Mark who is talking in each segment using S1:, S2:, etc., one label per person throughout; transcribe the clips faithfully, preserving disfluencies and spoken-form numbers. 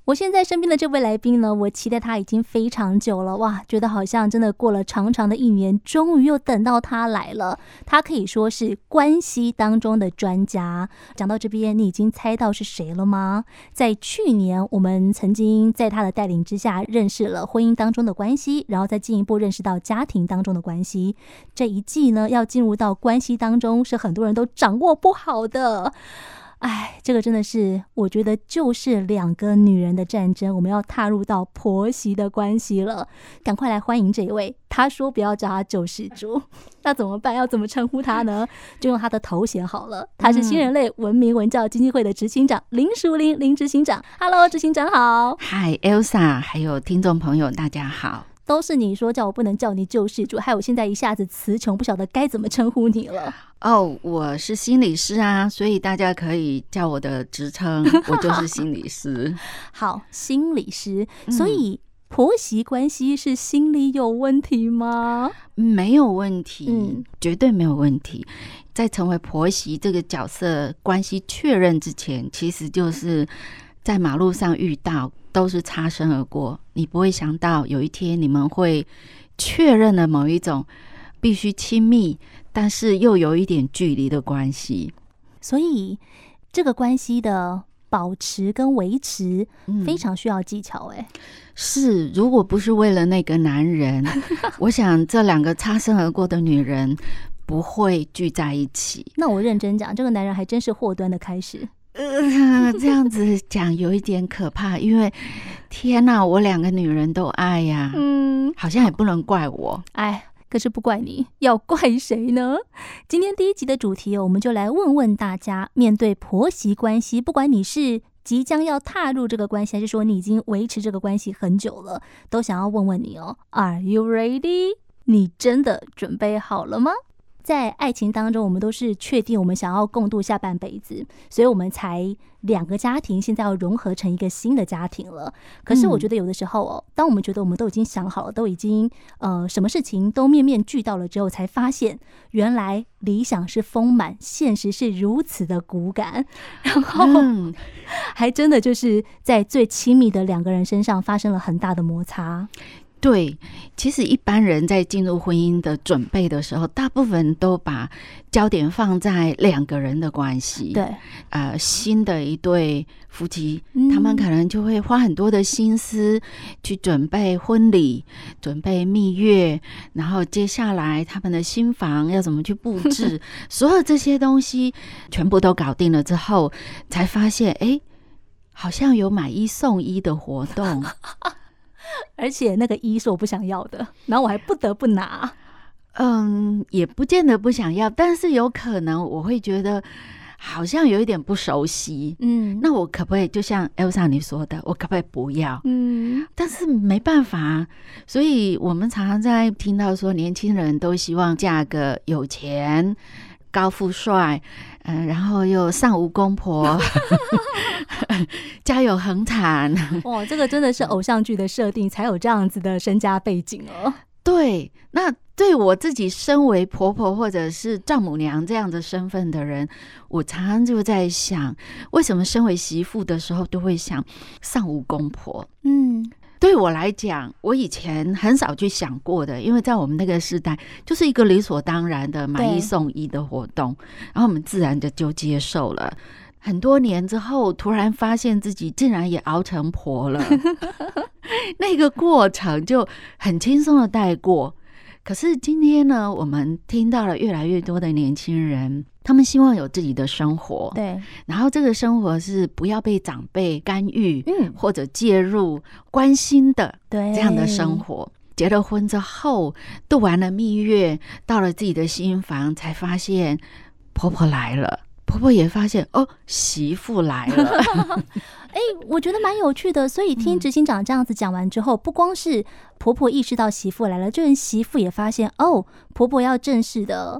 S1: 我现在身边的这位来宾呢，我期待他已经非常久了，哇，觉得好像真的过了长长的一年，终于又等到他来了。他可以说是关系当中的专家。讲到这边，你已经猜到是谁了吗？在去年，我们曾经在他的带领之下认识了婚姻当中的关系，然后再进一步认识到家庭当中的关系。这一季呢，要进入到关系当中，是很多人都掌握不好的。哎，这个真的是，我觉得就是两个女人的战争，我们要踏入到婆媳的关系了。赶快来欢迎这一位，他说不要叫他救世主，那怎么办？要怎么称呼他呢？就用他的头衔好了，他是新人类文明文教基金会的执行长林淑玲，林执行长。Hello， 执行长好。
S2: 嗨 Elsa， 还有听众朋友大家好。
S1: 都是你说叫我不能叫你救世主，害我现在一下子词穷，不晓得该怎么称呼你了。
S2: 哦，我是心理师啊，所以大家可以叫我的职称，我就是心理师。
S1: 好，心理师。所以婆媳关系是心理有问题吗？
S2: 没有问题，
S1: 嗯，
S2: 绝对没有问题。在成为婆媳这个角色关系确认之前，其实就是在马路上遇到，都是擦身而过，你不会想到有一天你们会确认了某一种必须亲密但是又有一点距离的关系。
S1: 所以这个关系的保持跟维持非常需要技巧。哎、嗯，
S2: 是，如果不是为了那个男人我想这两个擦身而过的女人不会聚在一起。
S1: 那我认真讲，这个男人还真是祸端的开始。
S2: 呃，这样子讲有一点可怕，因为天哪，我两个女人都爱呀，嗯，好像也不能怪我，
S1: 哎，可是不怪你，要怪谁呢？今天第一集的主题，我们就来问问大家，面对婆媳关系，不管你是即将要踏入这个关系，还是说你已经维持这个关系很久了，都想要问问你哦 ，Are you ready？ 你真的准备好了吗？在爱情当中，我们都是确定我们想要共度下半辈子，所以我们才两个家庭现在要融合成一个新的家庭了。可是我觉得有的时候哦，当我们觉得我们都已经想好了，都已经呃什么事情都面面俱到了之后，才发现原来理想是丰满，现实是如此的骨感，然后还真的就是在最亲密的两个人身上发生了很大的摩擦。
S2: 对，其实一般人在进入婚姻的准备的时候，大部分都把焦点放在两个人的关系。
S1: 对，
S2: 呃，新的一对夫妻、嗯，他们可能就会花很多的心思去准备婚礼，准备蜜月，然后接下来他们的新房要怎么去布置，所有这些东西全部都搞定了之后，才发现，哎，好像有买一送一的活动。
S1: 而且那个一是我不想要的，然后我还不得不拿。
S2: 嗯，也不见得不想要，但是有可能我会觉得好像有一点不熟悉。嗯，那我可不可以就像 Elsa 你说的，我可不可以不要？嗯，但是没办法，所以我们常常在听到说，年轻人都希望嫁个有钱、高富帅，嗯、然后又上无公婆，家有恒产。
S1: 哇，这个真的是偶像剧的设定才有这样子的身家背景哦。
S2: 对，那对我自己身为婆婆或者是丈母娘这样的身份的人，我常常就在想，为什么身为媳妇的时候都会想上无公婆？嗯。对我来讲，我以前很少去想过的，因为在我们那个时代就是一个理所当然的买一送一的活动，然后我们自然的就接受了。很多年之后突然发现自己竟然也熬成婆了那个过程就很轻松的带过。可是今天呢，我们听到了越来越多的年轻人，他们希望有自己的生活，对，然后这个生活是不要被长辈干预、嗯、或者介入关心的，对，这样的生活。结了婚之后，度完了蜜月，到了自己的新房，才发现婆婆来了，婆婆也发现哦，媳妇来了
S1: 哎、欸，我觉得蛮有趣的。所以听执行长这样子讲完之后、嗯，不光是婆婆意识到媳妇来了，就连媳妇也发现哦，婆婆要正式的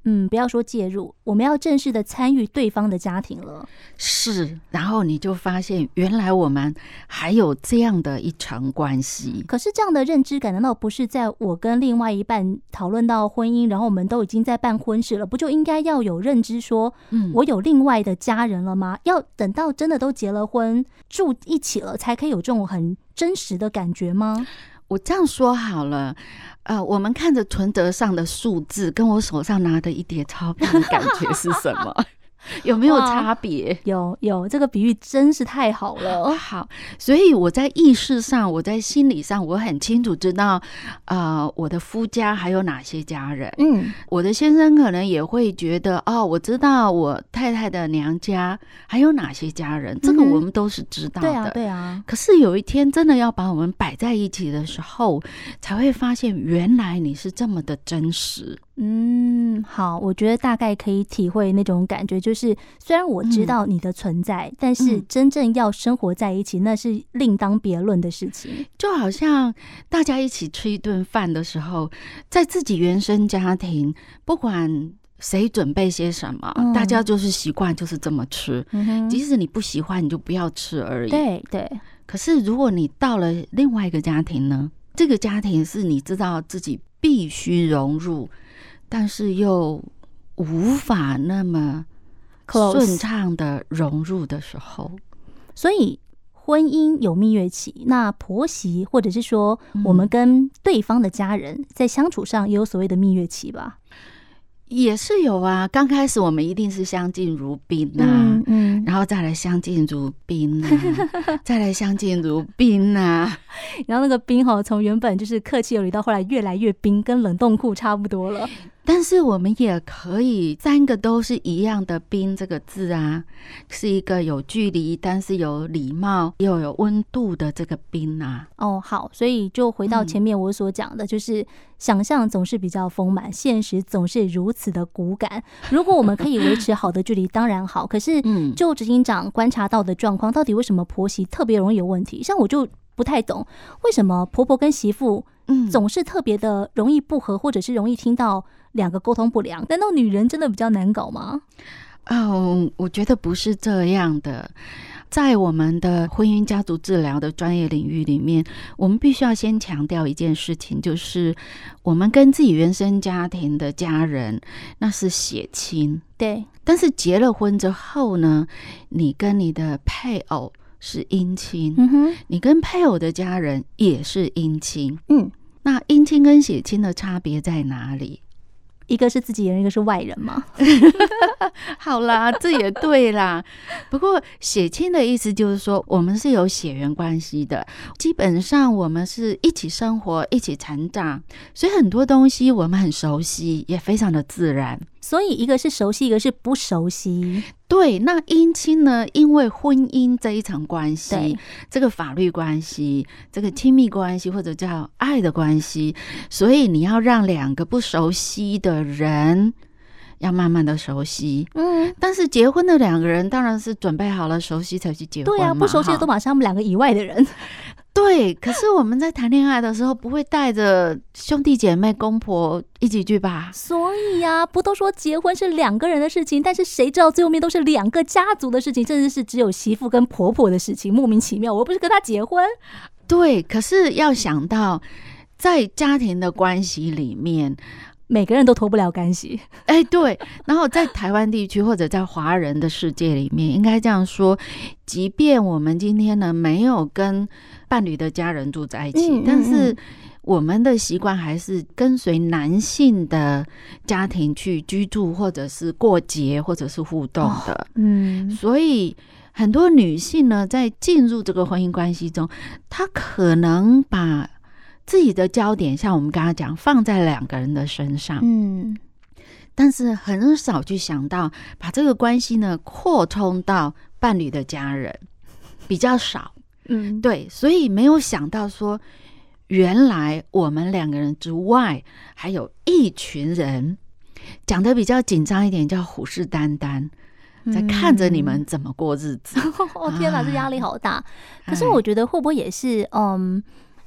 S1: 嗯，不要说介入，我们要正式的参与对方的家庭了。
S2: 是，然后你就发现原来我们还有这样的一层关系。
S1: 可是这样的认知感难道不是在我跟另外一半讨论到婚姻，然后我们都已经在办婚事了，不就应该要有认知说我有另外的家人了吗？嗯、要等到真的都结了婚住一起了才可以有这种很真实的感觉吗？
S2: 我这样说好了，呃，我们看着存折上的数字，跟我手上拿的一叠钞票的感觉是什么？有没有差别？
S1: 有有，这个比喻真是太好了。
S2: 好，所以我在意识上，我在心理上，我很清楚知道，呃，我的夫家还有哪些家人。嗯，我的先生可能也会觉得，哦，我知道我太太的娘家还有哪些家人，这个我们都是知道的。
S1: 对啊，对啊。
S2: 可是有一天真的要把我们摆在一起的时候，才会发现原来你是这么的真实。
S1: 嗯，好，我觉得大概可以体会那种感觉，就是虽然我知道你的存在，嗯、但是真正要生活在一起，那是另当别论的事情。
S2: 就好像大家一起吃一顿饭的时候，在自己原生家庭，不管谁准备些什么，嗯、大家就是习惯就是这么吃，嗯、即使你不喜欢，你就不要吃而已。
S1: 对对。
S2: 可是如果你到了另外一个家庭呢？这个家庭是你知道自己必须融入，但是又无法那么顺畅的融入的时候，
S1: 所以婚姻有蜜月期，那婆媳或者是说我们跟对方的家人在相处上也有所谓的蜜月期吧？
S2: 也是有啊，刚开始我们一定是相敬如宾啊，嗯嗯、然后再来相敬如宾啊，再来相敬如宾啊，
S1: 然后那个宾哈，从原本就是客气有礼到后来越来越宾，跟冷冻库差不多了。
S2: 但是我们也可以三个都是一样的宾这个字啊，是一个有距离但是有礼貌又有温度的这个宾啊。
S1: 哦，好，所以就回到前面我所讲的，嗯、就是想象总是比较丰满，现实总是如此的骨感。如果我们可以维持好的距离当然好，可是就执行长观察到的状况，到底为什么婆媳特别容易有问题？像我就不太懂为什么婆婆跟媳妇总是特别的容易不合，或者是容易听到两个沟通不良。难道女人真的比较难搞吗？
S2: 哦，我觉得不是这样的。在我们的婚姻家族治疗的专业领域里面，我们必须要先强调一件事情，就是我们跟自己原生家庭的家人那是血亲，
S1: 对。
S2: 但是结了婚之后呢，你跟你的配偶是姻亲，嗯哼，你跟配偶的家人也是姻亲，嗯，那姻亲跟血亲的差别在哪里？
S1: 一个是自己人，一个是外人嘛。
S2: 好啦，这也对啦。不过血亲的意思就是说，我们是有血缘关系的，基本上我们是一起生活，一起成长，所以很多东西我们很熟悉，也非常的自然。
S1: 所以一个是熟悉，一个是不熟悉。
S2: 对，那姻亲呢？因为婚姻这一层关系，这个法律关系，这个亲密关系，或者叫爱的关系，所以你要让两个不熟悉的人要慢慢的熟悉。嗯，但是结婚的两个人当然是准备好了熟悉才去结婚嘛。
S1: 对啊，不熟悉的都马上他们两个以外的人。
S2: 对，可是我们在谈恋爱的时候不会带着兄弟姐妹公婆一起去吧？
S1: 所以啊，不都说结婚是两个人的事情，但是谁知道最后面都是两个家族的事情，甚至是只有媳妇跟婆婆的事情，莫名其妙。我又不是跟他结婚。
S2: 对，可是要想到在家庭的关系里面，
S1: 每个人都脱不了干系。
S2: 哎，对。然后在台湾地区或者在华人的世界里面，应该这样说，即便我们今天呢没有跟伴侣的家人住在一起，嗯嗯嗯，但是我们的习惯还是跟随男性的家庭去居住，或者是过节，或者是互动的。哦、嗯，所以很多女性呢，在进入这个婚姻关系中，她可能把自己的焦点，像我们刚刚讲，放在两个人的身上，嗯，但是很少去想到把这个关系呢扩充到伴侣的家人，比较少，嗯，对，所以没有想到说，原来我们两个人之外，还有一群人，讲得比较紧张一点，叫虎视眈眈。在看着你们怎么过日子。
S1: 哦天哪，这压力好大。可是我觉得会不会也是，嗯，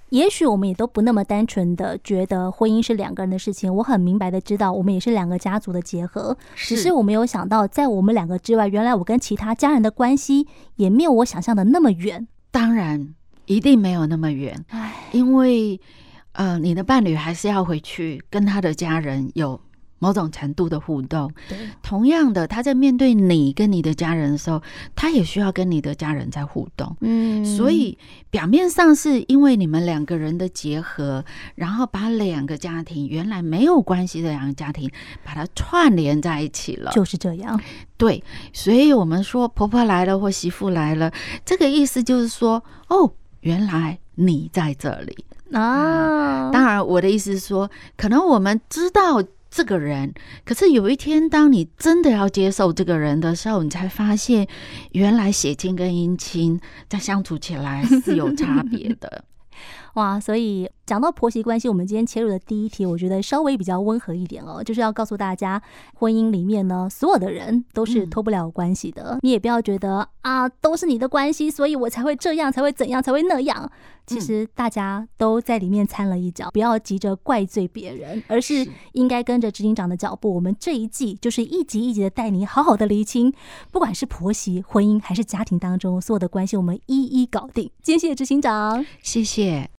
S1: 也许我们也都不那么单纯的觉得婚姻是两个人的事情，我很明白的知道我们也是两个家族的结合，只是我没有想到在我们两个之外，原来我跟其他家人的关系也没有我想象的那么远。
S2: 当然一定没有那么远，因为呃，你的伴侣还是要回去跟他的家人有某种程度的互动。同样的，他在面对你跟你的家人的时候，他也需要跟你的家人在互动。嗯，所以表面上是因为你们两个人的结合，然后把两个家庭原来没有关系的两个家庭把它串联在一起了，
S1: 就是这样。
S2: 对，所以我们说婆婆来了或媳妇来了，这个意思就是说，哦，原来你在这里啊。当然我的意思是说，可能我们知道这个人，可是有一天当你真的要接受这个人的时候，你才发现原来血亲跟姻亲在相处起来是有差别的。
S1: 哇，所以讲到婆媳关系，我们今天切入的第一题我觉得稍微比较温和一点哦，就是要告诉大家，婚姻里面呢，所有的人都是脱不了关系的。嗯、你也不要觉得啊，都是你的关系，所以我才会这样，才会怎样，才会那样。其实大家都在里面掺了一脚，不要急着怪罪别人，而是应该跟着执行长的脚步。我们这一季就是一集一集的带你好好的厘清，不管是婆媳、婚姻还是家庭当中所有的关系，我们一一搞定。今天谢谢执行长，
S2: 谢谢。